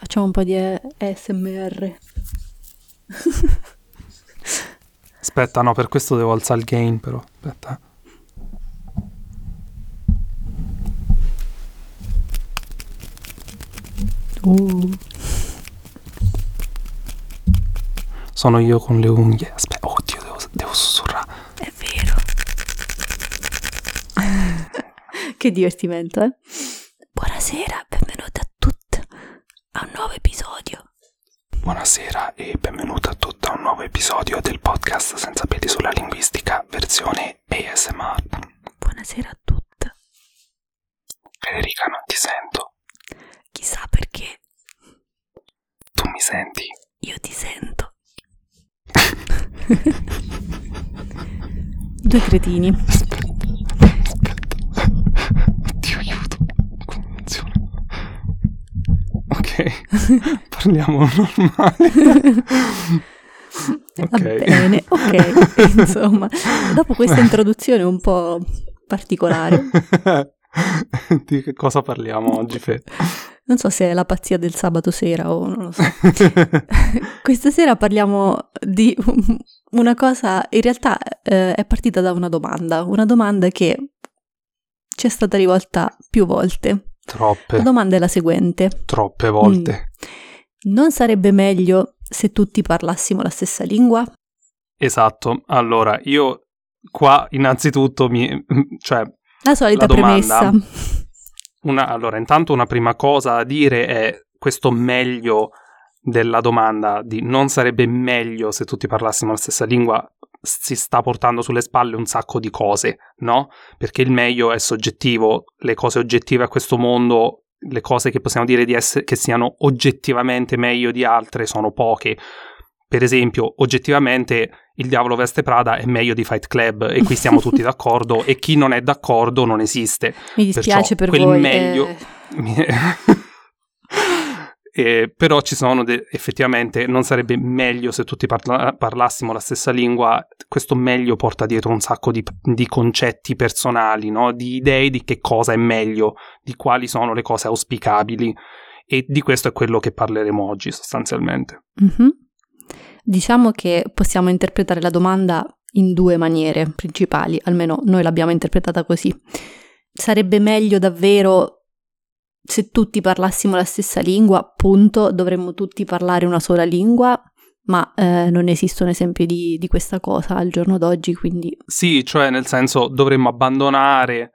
Facciamo un po' di ASMR. Aspetta, no, per questo devo alzare il gain, però. Aspetta. Sono io con le unghie. Aspetta, oddio, devo sussurrare. È vero. Che divertimento, eh? Buonasera, benvenuti a tutti a un nuovo episodio. Buonasera e benvenuta a tutti a un nuovo episodio del podcast Senza peli sulla linguistica, versione ASMR. Buonasera a tutti. Federica, non ti sento. Chissà perché. Tu mi senti? Io ti sento. Due cretini. Aspetta. Dio aiuto. Come funziona? Ok. Parliamo normale. Va bene, ok. Insomma, dopo questa introduzione un po' particolare. Di che cosa parliamo oggi, Fe? Non so se è la pazzia del sabato sera o non lo so. Questa sera parliamo di una cosa, in realtà è partita da una domanda che ci è stata rivolta più volte. Troppe. La domanda è la seguente. Troppe volte. Non sarebbe meglio se tutti parlassimo la stessa lingua? Esatto. Allora, io qua innanzitutto la solita premessa. Allora, intanto una prima cosa da dire è questo meglio della domanda di non sarebbe meglio se tutti parlassimo la stessa lingua, si sta portando sulle spalle un sacco di cose, no? Perché il meglio è soggettivo, le cose oggettive a questo mondo, le cose che possiamo dire che siano oggettivamente meglio di altre sono poche. Per esempio, oggettivamente Il Diavolo Veste Prada è meglio di Fight Club e qui siamo tutti d'accordo e chi non è d'accordo non esiste. Mi dispiace per quel voi. Meglio... però ci sono effettivamente non sarebbe meglio se tutti parlassimo la stessa lingua. Questo meglio porta dietro un sacco di concetti personali, no? Di idee di che cosa è meglio, di quali sono le cose auspicabili, e di questo è quello che parleremo oggi sostanzialmente. Mm-hmm. Diciamo che possiamo interpretare la domanda in due maniere principali, almeno noi l'abbiamo interpretata così. Sarebbe meglio davvero se tutti parlassimo la stessa lingua, punto, dovremmo tutti parlare una sola lingua, ma non esistono esempi di questa cosa al giorno d'oggi, quindi... Sì, cioè nel senso dovremmo abbandonare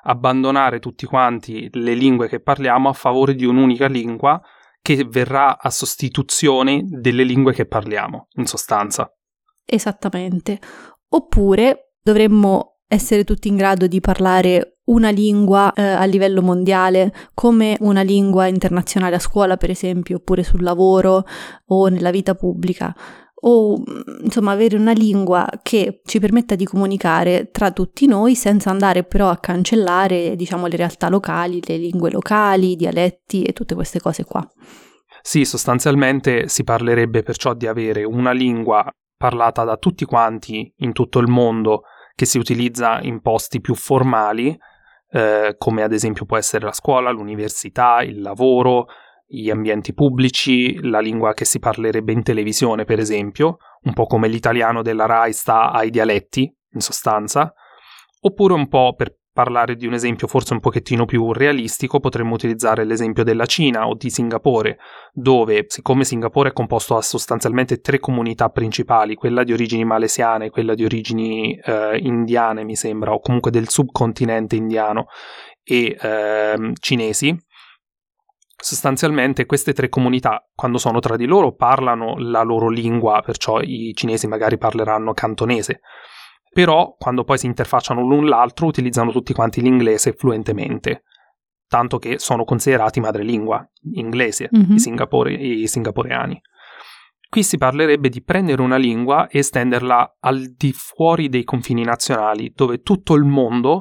tutti quanti le lingue che parliamo a favore di un'unica lingua che verrà a sostituzione delle lingue che parliamo, in sostanza. Esattamente. Oppure dovremmo essere tutti in grado di parlare una lingua a livello mondiale, come una lingua internazionale a scuola, per esempio, oppure sul lavoro o nella vita pubblica, o insomma avere una lingua che ci permetta di comunicare tra tutti noi senza andare però a cancellare, diciamo, le realtà locali, le lingue locali, i dialetti e tutte queste cose qua. Sì, sostanzialmente si parlerebbe perciò di avere una lingua parlata da tutti quanti in tutto il mondo, che si utilizza in posti più formali, come ad esempio può essere la scuola, l'università, il lavoro, gli ambienti pubblici, la lingua che si parlerebbe in televisione, per esempio, un po' come l'italiano della Rai sta ai dialetti, in sostanza, oppure un po', per parlare di un esempio forse un pochettino più realistico, potremmo utilizzare l'esempio della Cina o di Singapore, dove, siccome Singapore è composto da sostanzialmente 3 comunità principali, quella di origini malesiane, quella di origini indiane, mi sembra, o comunque del subcontinente indiano, e cinesi, sostanzialmente queste 3 comunità, quando sono tra di loro, parlano la loro lingua, perciò i cinesi magari parleranno cantonese, però quando poi si interfacciano l'un l'altro utilizzano tutti quanti l'inglese fluentemente, tanto che sono considerati madrelingua inglese, i singaporeani. Qui si parlerebbe di prendere una lingua e estenderla al di fuori dei confini nazionali, dove tutto il mondo,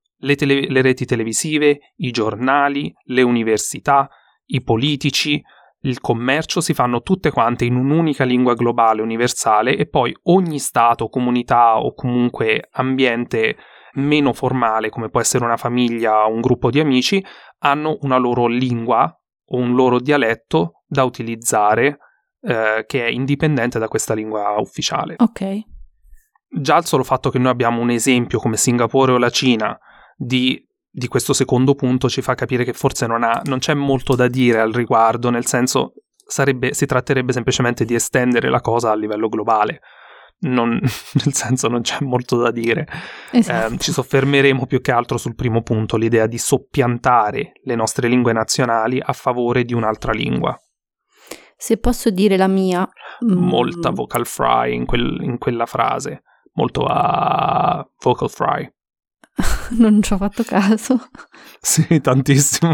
le reti televisive, i giornali, le università, i politici, il commercio si fanno tutte quante in un'unica lingua globale universale, e poi ogni stato, comunità o comunque ambiente meno formale, come può essere una famiglia o un gruppo di amici, hanno una loro lingua o un loro dialetto da utilizzare che è indipendente da questa lingua ufficiale. Ok. Già il solo fatto che noi abbiamo un esempio come Singapore o la Cina di questo secondo punto ci fa capire che forse non c'è molto da dire al riguardo, nel senso si tratterebbe semplicemente di estendere la cosa a livello globale. Nel senso non c'è molto da dire. Esatto. Ci soffermeremo più che altro sul primo punto, l'idea di soppiantare le nostre lingue nazionali a favore di un'altra lingua. Se posso dire la mia... Molta vocal fry in quella frase, molto vocal fry. Non ci ho fatto caso. Sì, tantissimo.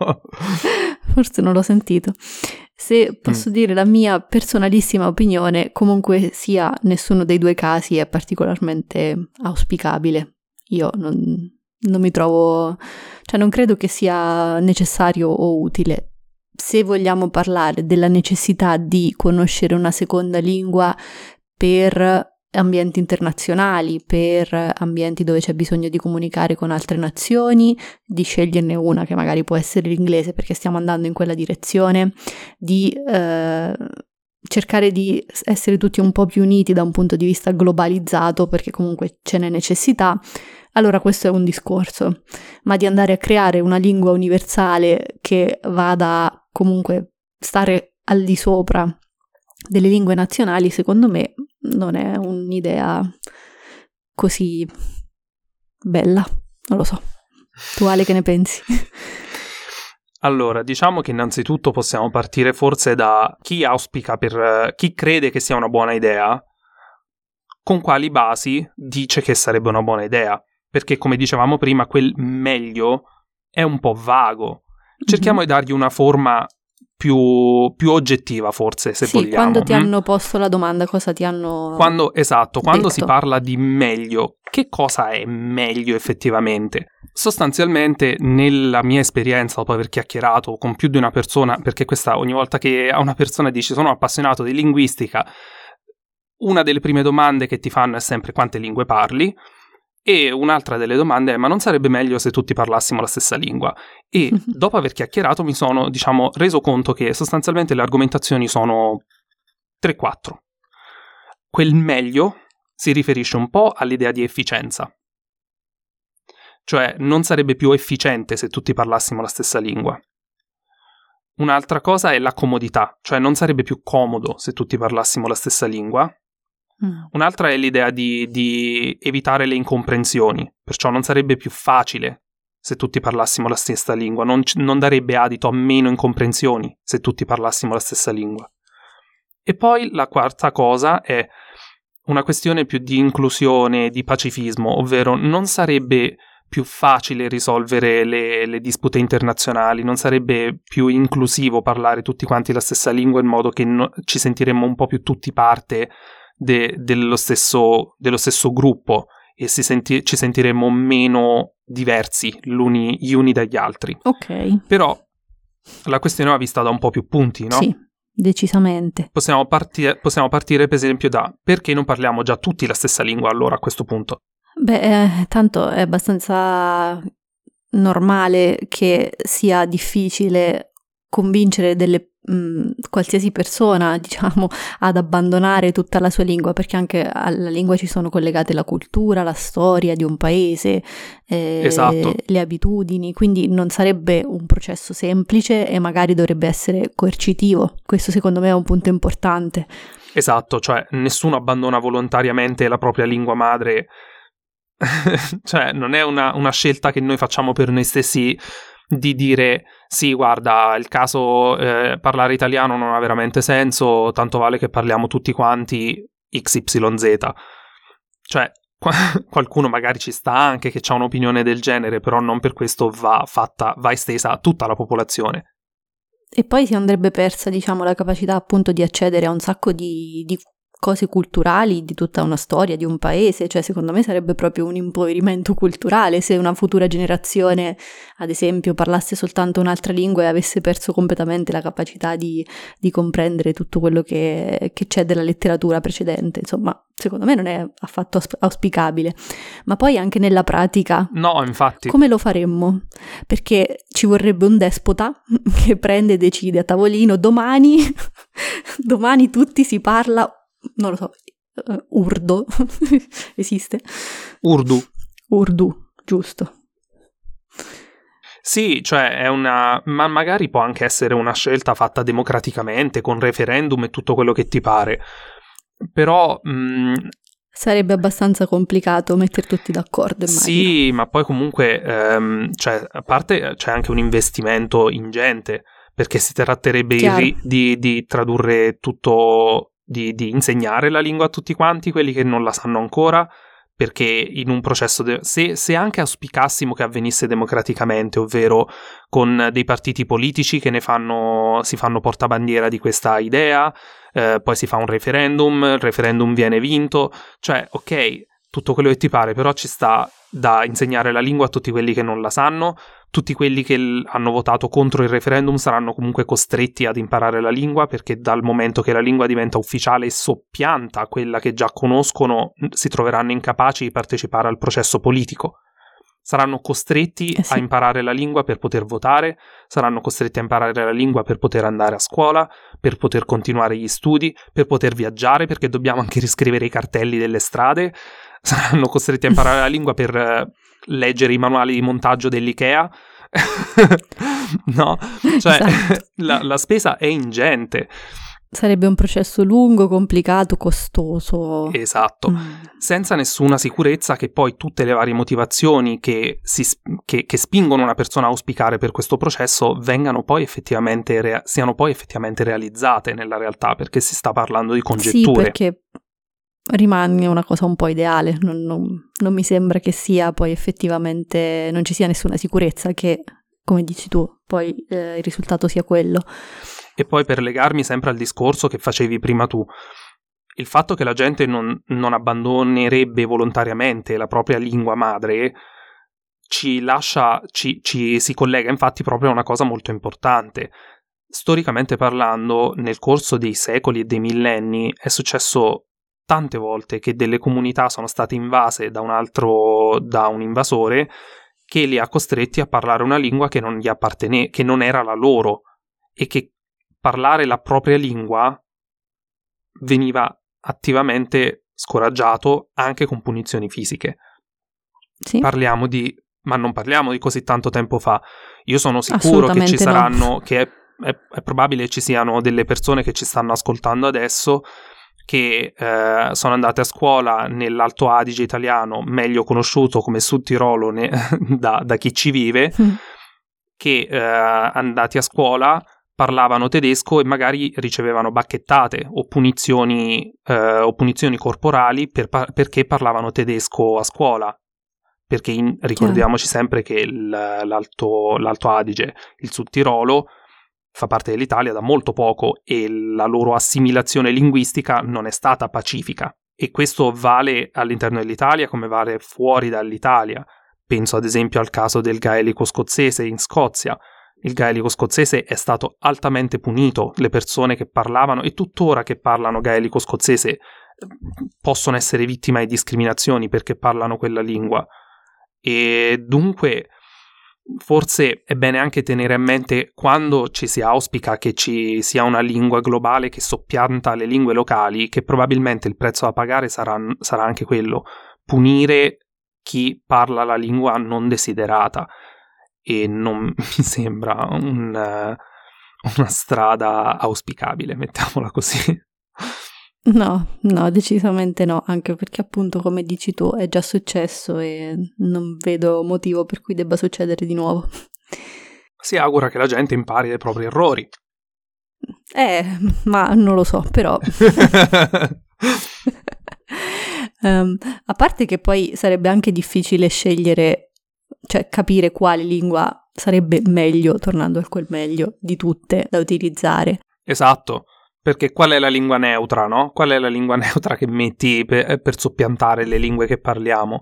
Forse non l'ho sentito. Se posso dire la mia personalissima opinione, comunque sia, nessuno dei due casi è particolarmente auspicabile. Io non mi trovo... cioè non credo che sia necessario o utile. Se vogliamo parlare della necessità di conoscere una seconda lingua per ambienti internazionali, per ambienti dove c'è bisogno di comunicare con altre nazioni, di sceglierne una che magari può essere l'inglese perché stiamo andando in quella direzione, di cercare di essere tutti un po' più uniti da un punto di vista globalizzato perché comunque ce n'è necessità, allora questo è un discorso, ma di andare a creare una lingua universale che vada comunque stare al di sopra delle lingue nazionali, secondo me non è un'idea così bella, non lo so. Tu Ale che ne pensi? Allora, diciamo che innanzitutto possiamo partire forse da chi auspica chi crede che sia una buona idea, con quali basi dice che sarebbe una buona idea, perché come dicevamo prima quel meglio è un po' vago. Cerchiamo di dargli una forma più oggettiva forse, se vogliamo. Quando ti hanno posto la domanda, cosa ti hanno quando detto? Si parla di meglio, che cosa è meglio effettivamente? Sostanzialmente, nella mia esperienza, dopo aver chiacchierato con più di una persona, perché ogni volta che a una persona dici sono appassionato di linguistica, una delle prime domande che ti fanno è sempre quante lingue parli, e un'altra delle domande è ma non sarebbe meglio se tutti parlassimo la stessa lingua? E dopo aver chiacchierato mi sono, reso conto che sostanzialmente le argomentazioni sono 3-4. Quel meglio si riferisce un po' all'idea di efficienza. Cioè non sarebbe più efficiente se tutti parlassimo la stessa lingua. Un'altra cosa è la comodità, cioè non sarebbe più comodo se tutti parlassimo la stessa lingua. Un'altra è l'idea di evitare le incomprensioni, perciò non sarebbe più facile se tutti parlassimo la stessa lingua, non darebbe adito a meno incomprensioni se tutti parlassimo la stessa lingua. E poi la quarta cosa è una questione più di inclusione, di pacifismo, ovvero non sarebbe più facile risolvere le dispute internazionali, non sarebbe più inclusivo parlare tutti quanti la stessa lingua in modo che ci sentiremmo un po' più tutti parte dello stesso gruppo e ci sentiremmo meno diversi gli uni dagli altri. Ok. Però la questione va vista da un po' più punti, no? Sì, decisamente. Possiamo partire per esempio da perché non parliamo già tutti la stessa lingua allora a questo punto? Beh, tanto è abbastanza normale che sia difficile convincere qualsiasi persona, ad abbandonare tutta la sua lingua, perché anche alla lingua ci sono collegate la cultura, la storia di un paese, esatto. Le abitudini, quindi non sarebbe un processo semplice e magari dovrebbe essere coercitivo. Questo secondo me è un punto importante. Esatto, cioè nessuno abbandona volontariamente la propria lingua madre, cioè non è una scelta che noi facciamo per noi stessi di dire sì guarda il caso parlare italiano non ha veramente senso, tanto vale che parliamo tutti quanti XYZ. Cioè qualcuno magari ci sta anche che ha un'opinione del genere, però non per questo va estesa a tutta la popolazione. E poi si andrebbe persa la capacità appunto di accedere a un sacco di cose culturali di tutta una storia, di un paese, cioè secondo me sarebbe proprio un impoverimento culturale se una futura generazione, ad esempio, parlasse soltanto un'altra lingua e avesse perso completamente la capacità di comprendere tutto quello che c'è della letteratura precedente. Insomma, secondo me non è affatto auspicabile. Ma poi anche nella pratica, no, infatti, come lo faremmo? Perché ci vorrebbe un despota che prende e decide a tavolino: domani tutti si parla, non lo so, urdu, esiste? Urdu, giusto. Sì, cioè ma magari può anche essere una scelta fatta democraticamente, con referendum e tutto quello che ti pare, però sarebbe abbastanza complicato mettere tutti d'accordo, immagino. Sì, ma poi comunque, cioè, a parte c'è anche un investimento ingente, perché si tratterebbe di tradurre tutto, di insegnare la lingua a tutti quanti, quelli che non la sanno ancora, perché in un processo, se anche auspicassimo che avvenisse democraticamente, ovvero con dei partiti politici che si fanno portabandiera di questa idea, poi si fa un referendum, il referendum viene vinto, cioè ok, tutto quello che ti pare, però ci sta da insegnare la lingua a tutti quelli che non la sanno. Tutti quelli che hanno votato contro il referendum saranno comunque costretti ad imparare la lingua, perché dal momento che la lingua diventa ufficiale e soppianta quella che già conoscono, si troveranno incapaci di partecipare al processo politico. Saranno costretti a imparare la lingua per poter votare, saranno costretti a imparare la lingua per poter andare a scuola, per poter continuare gli studi, per poter viaggiare, perché dobbiamo anche riscrivere i cartelli delle strade, saranno costretti a imparare la lingua per leggere i manuali di montaggio dell'IKEA. No, cioè esatto. la spesa è ingente. Sarebbe un processo lungo, complicato, costoso. Esatto, senza nessuna sicurezza che poi tutte le varie motivazioni che spingono una persona a auspicare per questo processo siano poi effettivamente realizzate nella realtà, perché si sta parlando di congetture. Sì, perché rimane una cosa un po' ideale, non mi sembra che sia poi effettivamente, non ci sia nessuna sicurezza che, come dici tu, poi il risultato sia quello. E poi, per legarmi sempre al discorso che facevi prima tu, il fatto che la gente non abbandonerebbe volontariamente la propria lingua madre ci si collega infatti proprio a una cosa molto importante. Storicamente parlando, nel corso dei secoli e dei millenni è successo tante volte che delle comunità sono state invase da un invasore che li ha costretti a parlare una lingua che non gli apparteneva, che non era la loro, e che parlare la propria lingua veniva attivamente scoraggiato, anche con punizioni fisiche. Sì. Ma non parliamo di così tanto tempo fa. Io sono sicuro che ci saranno, che è probabile ci siano delle persone che ci stanno ascoltando adesso che sono andate a scuola nell'Alto Adige italiano, meglio conosciuto come Sud Tirolo da chi ci vive, che andati a scuola parlavano tedesco e magari ricevevano bacchettate o punizioni corporali perché parlavano tedesco a scuola. Perché ricordiamoci sempre che l'Alto Adige, il Sud Tirolo, fa parte dell'Italia da molto poco e la loro assimilazione linguistica non è stata pacifica. E questo vale all'interno dell'Italia come vale fuori dall'Italia. Penso ad esempio al caso del gaelico scozzese in Scozia. Il gaelico scozzese è stato altamente punito, le persone che parlavano e tuttora che parlano gaelico scozzese possono essere vittime di discriminazioni perché parlano quella lingua. E dunque forse è bene anche tenere a mente, quando ci si auspica che ci sia una lingua globale che soppianta le lingue locali, che probabilmente il prezzo da pagare sarà anche quello: punire chi parla la lingua non desiderata. E non mi sembra una strada auspicabile, mettiamola così. No, decisamente no, anche perché appunto, come dici tu, è già successo e non vedo motivo per cui debba succedere di nuovo. Si augura che la gente impari dai propri errori. Ma non lo so, però... a parte che poi sarebbe anche difficile scegliere, cioè capire quale lingua sarebbe meglio, tornando al quel meglio, di tutte da utilizzare. Esatto. Perché qual è la lingua neutra, no? Qual è la lingua neutra che metti per soppiantare le lingue che parliamo?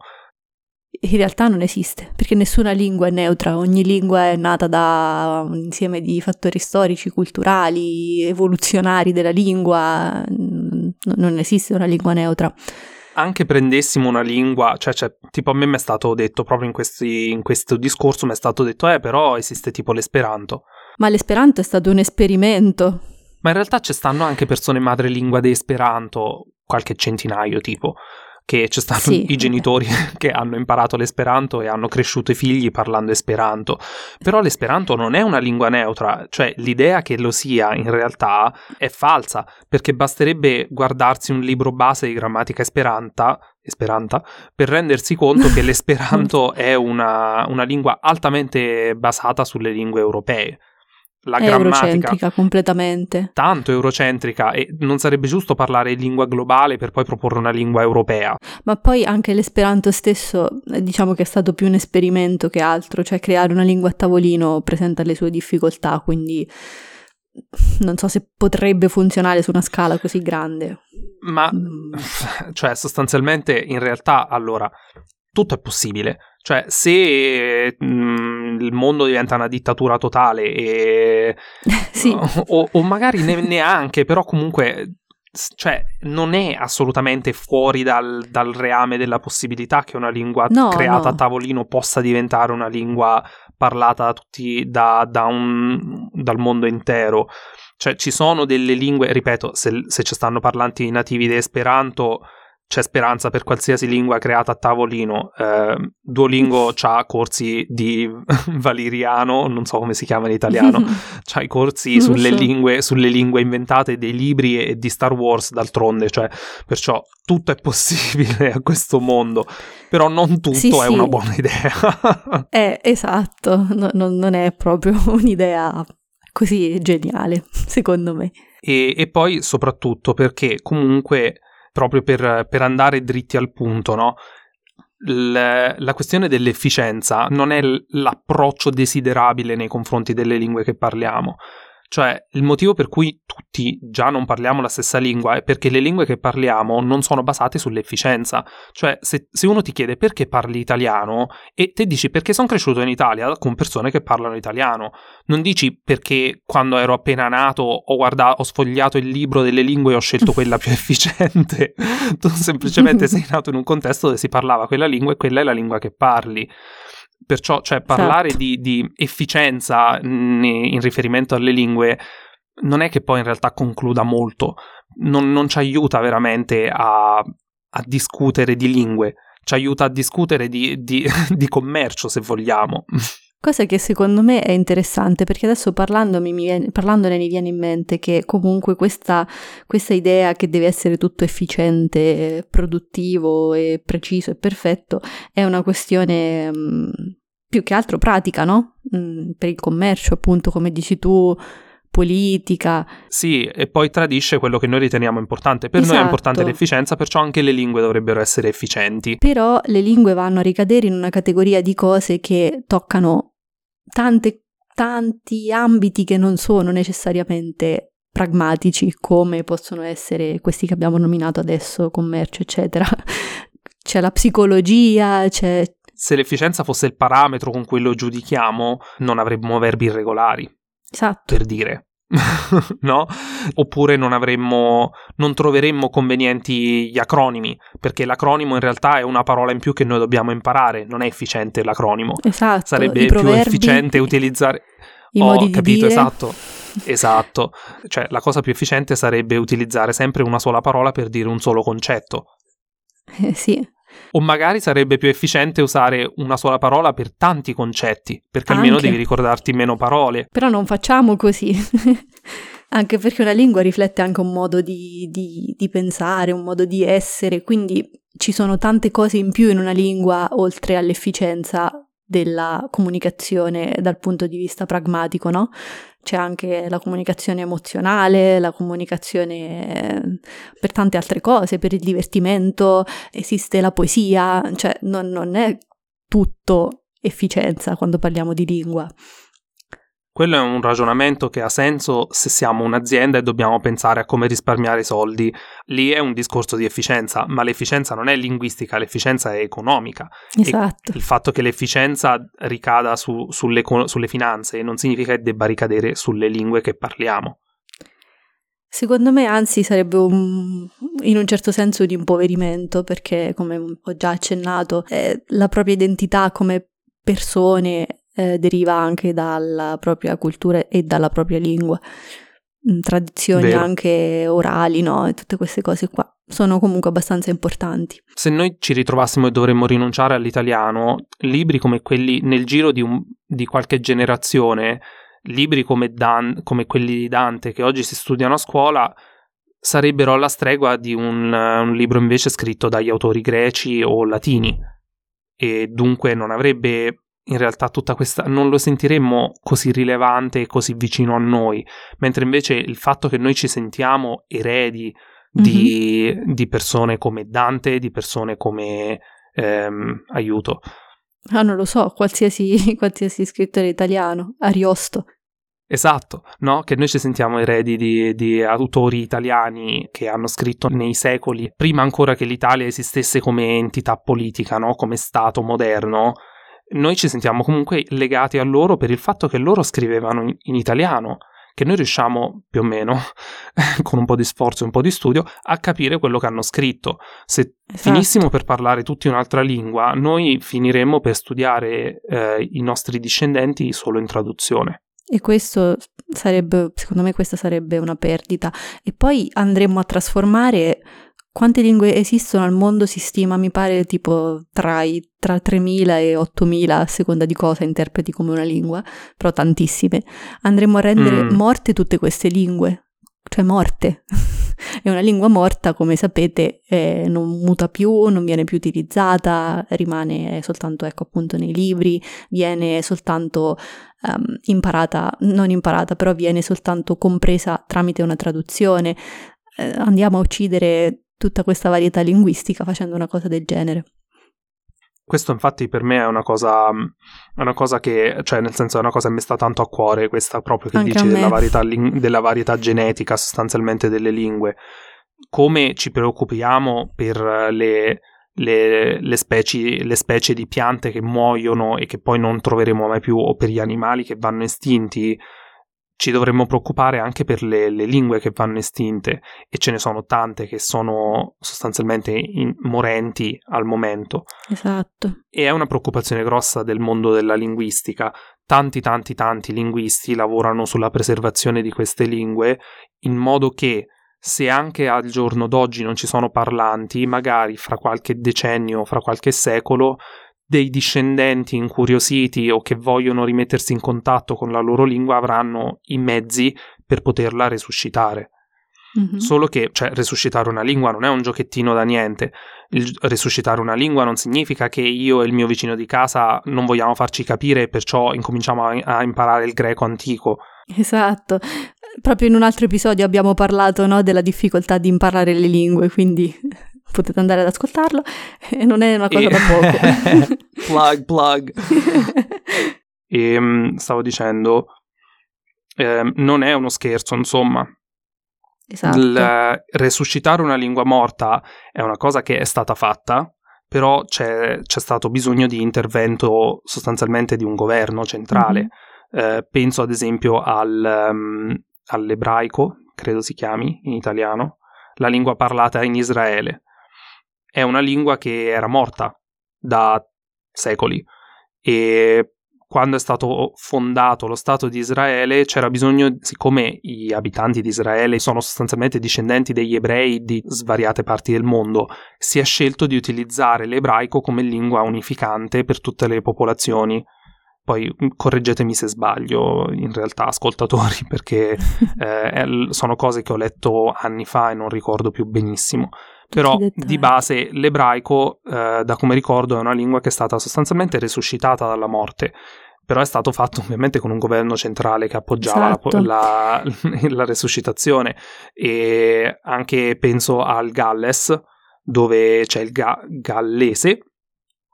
In realtà non esiste, perché nessuna lingua è neutra, ogni lingua è nata da un insieme di fattori storici, culturali, evoluzionari della lingua, non esiste una lingua neutra. Anche prendessimo una lingua, cioè tipo a me mi è stato detto, proprio in questo discorso mi è stato detto, però esiste tipo l'esperanto. Ma l'esperanto è stato un esperimento. Ma in realtà ci stanno anche persone madrelingua di esperanto, qualche centinaio tipo, che ci stanno i genitori che hanno imparato l'esperanto e hanno cresciuto i figli parlando esperanto. Però l'esperanto non è una lingua neutra, cioè l'idea che lo sia in realtà è falsa, perché basterebbe guardarsi un libro base di grammatica esperanta per rendersi conto che l'esperanto è una lingua altamente basata sulle lingue europee. La grammatica eurocentrica completamente. Tanto eurocentrica, e non sarebbe giusto parlare in lingua globale per poi proporre una lingua europea. Ma poi anche l'esperanto stesso, diciamo che è stato più un esperimento che altro, cioè creare una lingua a tavolino presenta le sue difficoltà, quindi non so se potrebbe funzionare su una scala così grande. Ma, cioè, sostanzialmente, in realtà, allora, tutto è possibile. Cioè, se il mondo diventa una dittatura totale e sì. o magari neanche, però comunque, cioè, non è assolutamente fuori dal reame della possibilità che una lingua creata a tavolino possa diventare una lingua parlata da tutti dal mondo intero. Cioè, ci sono delle lingue, ripeto, se ci stanno parlanti nativi di Esperanto, c'è speranza per qualsiasi lingua creata a tavolino. Duolingo c'ha corsi di valiriano, non so come si chiama in italiano, c'ha i corsi sulle lingue inventate, dei libri e di Star Wars, d'altronde, cioè, perciò tutto è possibile a questo mondo, però non tutto è una buona idea. Esatto, non è proprio un'idea così geniale, secondo me. E poi soprattutto perché comunque, proprio per andare dritti al punto, no? La questione dell'efficienza non è l'approccio desiderabile nei confronti delle lingue che parliamo. Cioè, il motivo per cui tutti già non parliamo la stessa lingua è perché le lingue che parliamo non sono basate sull'efficienza. Cioè, se uno ti chiede perché parli italiano e te dici perché sono cresciuto in Italia con persone che parlano italiano, non dici perché quando ero appena nato ho sfogliato il libro delle lingue e ho scelto quella più efficiente. Tu semplicemente sei nato in un contesto dove si parlava quella lingua e quella è la lingua che parli. Perciò, cioè, parlare di efficienza in riferimento alle lingue non è che poi in realtà concluda molto, non ci aiuta veramente a discutere di lingue, ci aiuta a discutere di commercio, se vogliamo. Cosa che secondo me è interessante, perché adesso parlandone mi viene in mente che comunque questa idea che deve essere tutto efficiente, produttivo e preciso e perfetto è una questione più che altro pratica, no? Per il commercio, appunto, come dici tu, politica. Sì, e poi tradisce quello che noi riteniamo importante. Per noi è importante l'efficienza, perciò anche le lingue dovrebbero essere efficienti. Però le lingue vanno a ricadere in una categoria di cose che toccano tanti ambiti che non sono necessariamente pragmatici, come possono essere questi che abbiamo nominato adesso, commercio, eccetera. C'è la psicologia, c'è... Se l'efficienza fosse il parametro con cui lo giudichiamo, non avremmo verbi irregolari. Esatto. Per dire. No? Oppure non troveremmo convenienti gli acronimi, perché l'acronimo in realtà è una parola in più che noi dobbiamo imparare, non è efficiente l'acronimo. Esatto. Sarebbe più efficiente utilizzare i modi di dire. Esatto. Cioè, la cosa più efficiente sarebbe utilizzare sempre una sola parola per dire un solo concetto. Sì. O magari sarebbe più efficiente usare una sola parola per tanti concetti, perché almeno devi ricordarti meno parole. Però non facciamo così, anche perché una lingua riflette anche un modo di pensare, un modo di essere, quindi ci sono tante cose in più in una lingua oltre all'efficienza della comunicazione dal punto di vista pragmatico, no? C'è anche la comunicazione emozionale, la comunicazione per tante altre cose, per il divertimento, esiste la poesia, cioè non è tutto efficienza quando parliamo di lingua. Quello è un ragionamento che ha senso se siamo un'azienda e dobbiamo pensare a come risparmiare soldi. Lì è un discorso di efficienza, ma l'efficienza non è linguistica, l'efficienza è economica. Esatto. E il fatto che l'efficienza ricada sulle finanze non significa che debba ricadere sulle lingue che parliamo. Secondo me, anzi, sarebbe in un certo senso di impoverimento, perché, come ho già accennato, la propria identità come persone deriva anche dalla propria cultura e dalla propria lingua. Tradizioni Vero. anche orali, no? E tutte queste cose qua sono comunque abbastanza importanti. Se noi ci ritrovassimo e dovremmo rinunciare all'italiano, libri come quelli nel giro di qualche generazione, libri come quelli di Dante che oggi si studiano a scuola, sarebbero alla stregua di un libro invece scritto dagli autori greci o latini, e dunque non avrebbe in realtà tutta questa, non lo sentiremmo così rilevante e così vicino a noi, mentre invece il fatto che noi ci sentiamo eredi di persone come Dante, di persone come aiuto. Non lo so, qualsiasi scrittore italiano, Ariosto. Esatto, no? Che noi ci sentiamo eredi di autori italiani che hanno scritto nei secoli, prima ancora che l'Italia esistesse come entità politica, no? Come Stato moderno. Noi ci sentiamo comunque legati a loro per il fatto che loro scrivevano in italiano, che noi riusciamo più o meno, con un po' di sforzo e un po' di studio, a capire quello che hanno scritto. Se finissimo per parlare tutti un'altra lingua, noi finiremmo per studiare i nostri discendenti solo in traduzione. E questo sarebbe, secondo me, questa sarebbe una perdita. E poi andremmo a trasformare. Quante lingue esistono al mondo? Si stima, mi pare, tipo tra 3.000 e 8.000, a seconda di cosa interpreti come una lingua, però tantissime. Andremmo a rendere morte tutte queste lingue, cioè morte. È una lingua morta, come sapete, non muta più, non viene più utilizzata, rimane soltanto, ecco, appunto, nei libri, viene soltanto non imparata, però viene soltanto compresa tramite una traduzione. Andiamo a uccidere tutta questa varietà linguistica facendo una cosa del genere. Questo infatti per me è una cosa che, cioè nel senso è una cosa che mi sta tanto a cuore, questa proprio che anche dici della varietà genetica sostanzialmente delle lingue. Come ci preoccupiamo per le specie di piante che muoiono e che poi non troveremo mai più, o per gli animali che vanno estinti, ci dovremmo preoccupare anche per le lingue che vanno estinte, e ce ne sono tante che sono sostanzialmente morenti al momento. Esatto. E è una preoccupazione grossa del mondo della linguistica. Tanti linguisti lavorano sulla preservazione di queste lingue, in modo che se anche al giorno d'oggi non ci sono parlanti, magari fra qualche decennio, fra qualche secolo, dei discendenti incuriositi o che vogliono rimettersi in contatto con la loro lingua avranno i mezzi per poterla resuscitare. Solo che, cioè, resuscitare una lingua non è un giochettino da niente. Resuscitare una lingua non significa che io e il mio vicino di casa non vogliamo farci capire e perciò incominciamo a imparare il greco antico. Esatto. Proprio in un altro episodio abbiamo parlato, no, della difficoltà di imparare le lingue, quindi potete andare ad ascoltarlo, e non è una cosa da poco. plug. E stavo dicendo, non è uno scherzo, insomma. Esatto. Resuscitare una lingua morta è una cosa che è stata fatta, però c'è stato bisogno di intervento sostanzialmente di un governo centrale. Penso ad esempio all'ebraico, credo si chiami in italiano, la lingua parlata in Israele. È una lingua che era morta da secoli, e quando è stato fondato lo Stato di Israele c'era bisogno, siccome gli abitanti di Israele sono sostanzialmente discendenti degli ebrei di svariate parti del mondo, si è scelto di utilizzare l'ebraico come lingua unificante per tutte le popolazioni. Poi correggetemi se sbaglio, in realtà, ascoltatori, perché sono cose che ho letto anni fa e non ricordo più benissimo. Però di base l'ebraico, da come ricordo, è una lingua che è stata sostanzialmente resuscitata dalla morte, però è stato fatto ovviamente con un governo centrale che appoggiava la resuscitazione. E anche penso al Galles, dove c'è il gallese,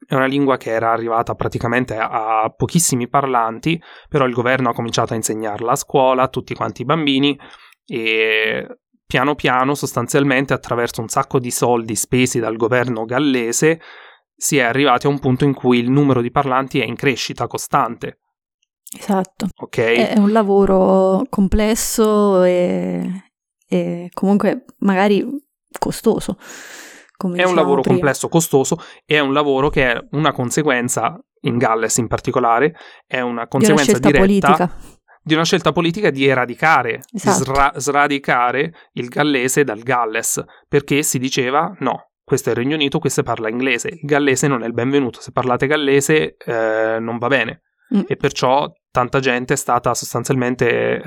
è una lingua che era arrivata praticamente a pochissimi parlanti, però il governo ha cominciato a insegnarla a scuola a tutti quanti i bambini e piano piano, sostanzialmente, attraverso un sacco di soldi spesi dal governo gallese, si è arrivati a un punto in cui il numero di parlanti è in crescita costante. Esatto. Ok? È un lavoro complesso e comunque magari costoso. È un lavoro complesso, costoso, e è un lavoro che è una conseguenza, in Galles in particolare, è una conseguenza diretta di una scelta politica di eradicare, esatto, di sradicare il gallese dal Galles, perché si diceva no, questo è il Regno Unito, questo parla inglese, il gallese non è il benvenuto, se parlate gallese non va bene, e perciò tanta gente è stata sostanzialmente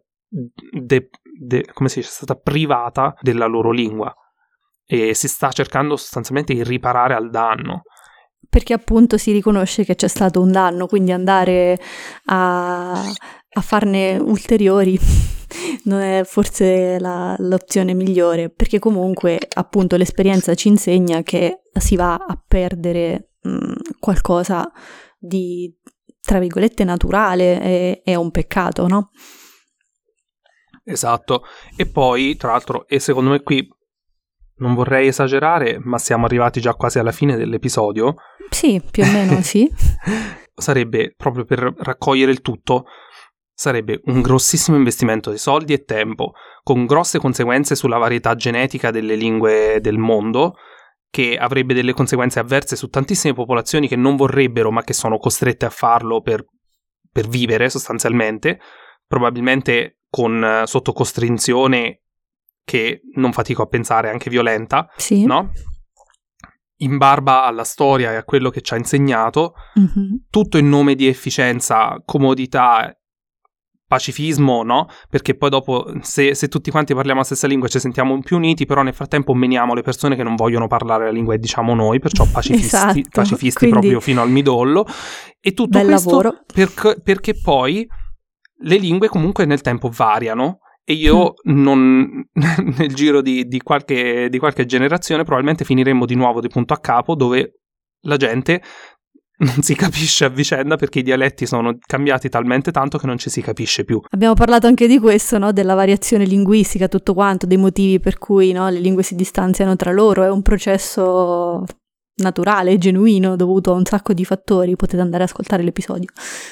come si dice, è stata privata della loro lingua. E si sta cercando sostanzialmente di riparare al danno. Perché appunto si riconosce che c'è stato un danno, quindi andare a farne ulteriori non è forse l'opzione migliore, perché comunque appunto l'esperienza ci insegna che si va a perdere qualcosa di, tra virgolette, naturale, e è un peccato, no? Esatto. E poi, tra l'altro, e secondo me qui non vorrei esagerare, ma siamo arrivati già quasi alla fine dell'episodio. Sì, più o meno sì. Sarebbe, proprio per raccogliere il tutto, sarebbe un grossissimo investimento di soldi e tempo, con grosse conseguenze sulla varietà genetica delle lingue del mondo, che avrebbe delle conseguenze avverse su tantissime popolazioni che non vorrebbero, ma che sono costrette a farlo per vivere sostanzialmente, probabilmente sotto costrizione che non fatico a pensare anche violenta, sì, no? In barba alla storia e a quello che ci ha insegnato, tutto in nome di efficienza, comodità, pacifismo, no? Perché poi dopo, se tutti quanti parliamo la stessa lingua ci sentiamo più uniti, però nel frattempo meniamo le persone che non vogliono parlare la lingua e diciamo noi, perciò pacifisti, esatto, pacifisti proprio fino al midollo, e tutto questo perché poi le lingue comunque nel tempo variano. E io nel giro di qualche generazione probabilmente finiremo di nuovo di punto a capo, dove la gente non si capisce a vicenda perché i dialetti sono cambiati talmente tanto che non ci si capisce più. Abbiamo parlato anche di questo, no? Della variazione linguistica, tutto quanto, dei motivi per cui, no, le lingue si distanziano tra loro. È un processo naturale, genuino, dovuto a un sacco di fattori. Potete andare ad ascoltare l'episodio.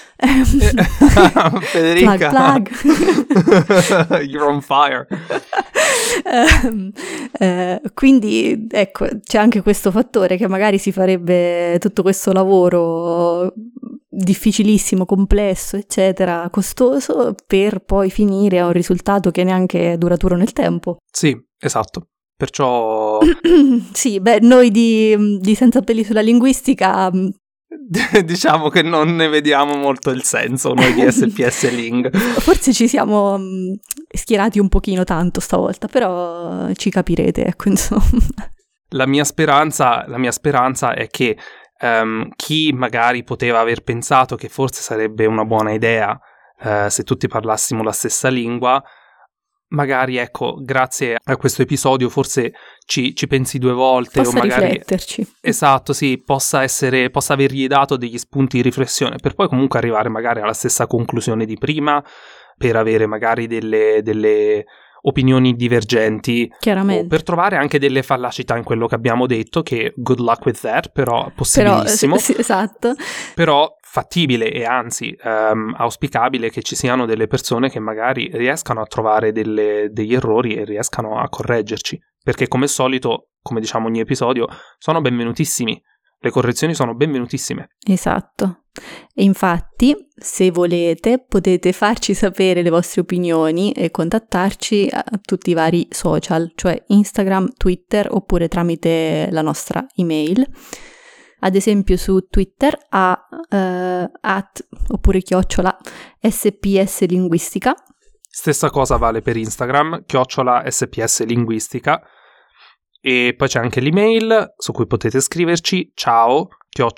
Federica, plug. You're on fire. Quindi ecco, c'è anche questo fattore che magari si farebbe tutto questo lavoro difficilissimo, complesso, eccetera, costoso, per poi finire a un risultato che neanche è duraturo nel tempo. Sì, esatto. Perciò sì, beh, noi di Senza peli sulla linguistica diciamo che non ne vediamo molto il senso noi di SPS Ling. Forse ci siamo schierati un pochino tanto stavolta, però ci capirete, ecco, insomma. La mia speranza è che chi magari poteva aver pensato che forse sarebbe una buona idea se tutti parlassimo la stessa lingua, magari, ecco, grazie a questo episodio forse ci pensi due volte, possa o magari rifletterci. Esatto, sì, possa avergli dato degli spunti di riflessione, per poi comunque arrivare magari alla stessa conclusione di prima, per avere magari delle opinioni divergenti, chiaramente, o per trovare anche delle fallacità in quello che abbiamo detto, che good luck with that, però possibilissimo. Sì, esatto. Però fattibile e anzi auspicabile che ci siano delle persone che magari riescano a trovare degli errori e riescano a correggerci, perché come al solito, come diciamo ogni episodio, sono benvenutissimi, le correzioni sono benvenutissime. Esatto. E infatti, se volete, potete farci sapere le vostre opinioni e contattarci a tutti i vari social, cioè Instagram, Twitter, oppure tramite la nostra email. Ad esempio su Twitter oppure @ SPS Linguistica. Stessa cosa vale per Instagram, @SPS Linguistica. E poi c'è anche l'email su cui potete scriverci, ciao,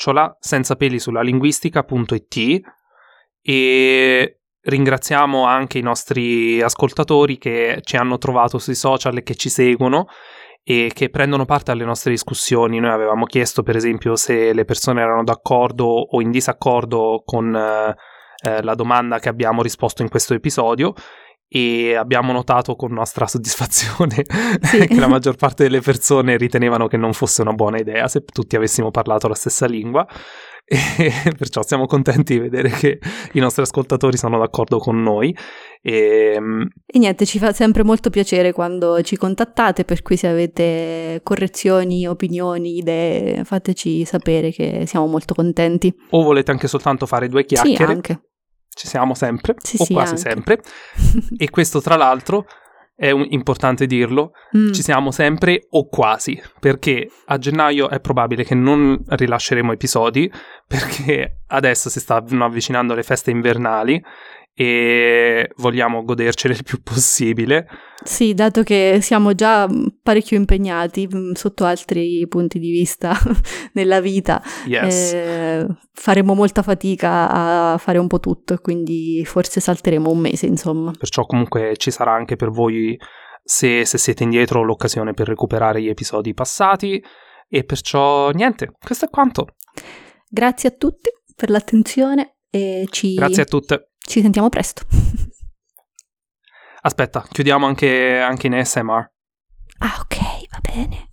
@senzapelisullalinguistica.it, e ringraziamo anche i nostri ascoltatori che ci hanno trovato sui social e che ci seguono, e che prendono parte alle nostre discussioni. Noi avevamo chiesto, per esempio, se le persone erano d'accordo o in disaccordo con la domanda che abbiamo risposto in questo episodio, e abbiamo notato con nostra soddisfazione che la maggior parte delle persone ritenevano che non fosse una buona idea se tutti avessimo parlato la stessa lingua, e perciò siamo contenti di vedere che i nostri ascoltatori sono d'accordo con noi. E niente, ci fa sempre molto piacere quando ci contattate, per cui se avete correzioni, opinioni, idee, fateci sapere che siamo molto contenti. O volete anche soltanto fare due chiacchiere? Sì, anche. Ci siamo sempre, sì, o sì, quasi anche. sempre. E questo, tra l'altro, è importante dirlo, ci siamo sempre o quasi, perché a gennaio è probabile che non rilasceremo episodi, perché adesso si stanno avvicinando le feste invernali e vogliamo godercele il più possibile. Sì, dato che siamo già parecchio impegnati sotto altri punti di vista nella vita, Yes. Faremo molta fatica a fare un po' tutto, e quindi forse salteremo un mese, insomma. Perciò comunque ci sarà anche per voi, se siete indietro, l'occasione per recuperare gli episodi passati. E perciò niente, questo è quanto. Grazie a tutti per l'attenzione e Grazie a tutte. Ci sentiamo presto. Aspetta, chiudiamo anche in ASMR. Ah, ok, va bene.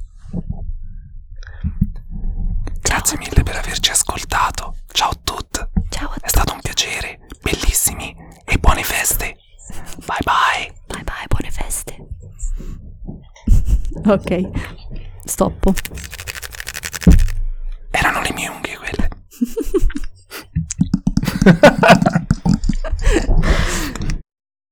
Grazie mille per averci ascoltato. Ciao a tutti. Ciao a tutti. È stato un piacere. Bellissimi e buone feste. Bye bye. Bye bye, buone feste. Ok, stoppo. Erano le mie unghie quelle.